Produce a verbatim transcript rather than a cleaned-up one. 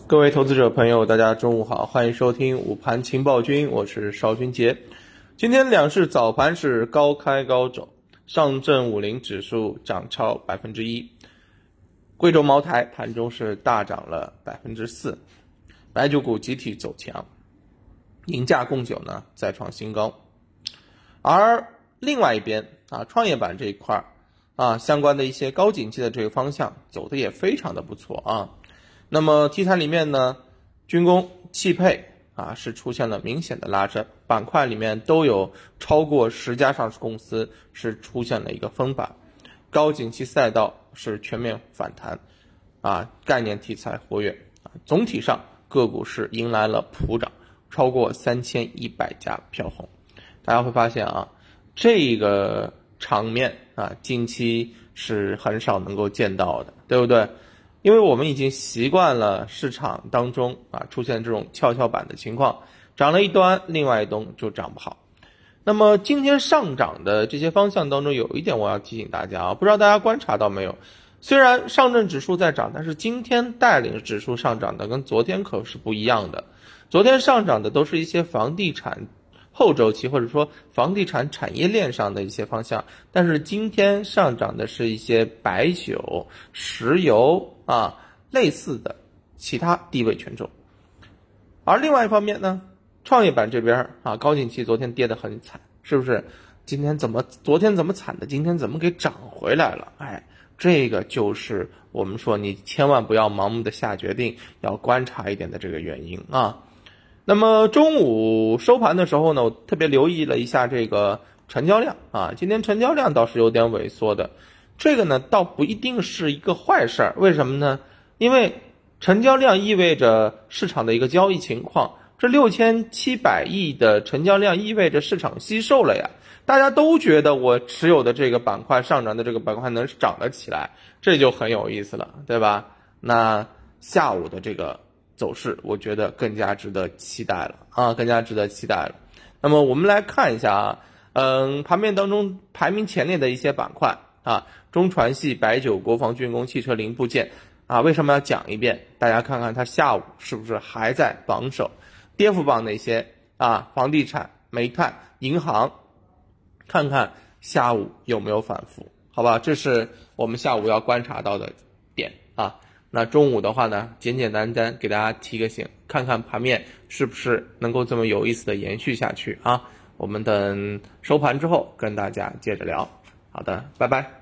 各位投资者朋友，大家中午好，欢迎收听午盘情报君，我是邵军杰。今天两市早盘是高开高走，上证五零指数涨超百分之一，贵州茅台盘中是大涨了百分之四，白酒股集体走强，银价供酒呢再创新高。而另外一边啊，创业板这一块啊，相关的一些高景气的这个方向走的也非常的不错啊。那么题材里面呢，军工、汽配啊是出现了明显的拉升，板块里面都有超过十家上市公司是出现了一个封板，高景气赛道是全面反弹啊，概念题材活跃啊，总体上个股是迎来了普涨，超过三千一百家飘红。大家会发现啊，这个场面啊，近期是很少能够见到的，对不对？因为我们已经习惯了市场当中啊出现这种跷跷板的情况，涨了一端，另外一端就涨不好。那么今天上涨的这些方向当中，有一点我要提醒大家啊，不知道大家观察到没有？虽然上证指数在涨，但是今天带领指数上涨的跟昨天可是不一样的。昨天上涨的都是一些房地产后周期或者说房地产产业链上的一些方向，但是今天上涨的是一些白酒、石油啊类似的其他低位权重。而另外一方面呢，创业板这边啊，高景气昨天跌得很惨，是不是？今天怎么昨天怎么惨的，今天怎么给涨回来了？哎，这个就是我们说你千万不要盲目的下决定，要观察一点的这个原因啊。那么中午收盘的时候呢，我特别留意了一下这个成交量啊，今天成交量倒是有点萎缩的，这个呢倒不一定是一个坏事儿，为什么呢？因为成交量意味着市场的一个交易情况，这六千七百亿的成交量意味着市场吸售了呀，大家都觉得我持有的这个板块上涨的这个板块能涨得起来，这就很有意思了，对吧？那下午的这个走势我觉得更加值得期待了啊，更加值得期待了。那么我们来看一下啊，嗯，盘面当中排名前列的一些板块啊，中船系、白酒、国防军工、汽车零部件啊，为什么要讲一遍？大家看看它下午是不是还在榜首？跌幅榜那些啊，房地产、煤炭、银行，看看下午有没有反复，好吧？这是我们下午要观察到的点啊。那中午的话呢，简简单单给大家提个醒，看看盘面是不是能够这么有意思的延续下去啊？我们等收盘之后跟大家接着聊。好的，拜拜。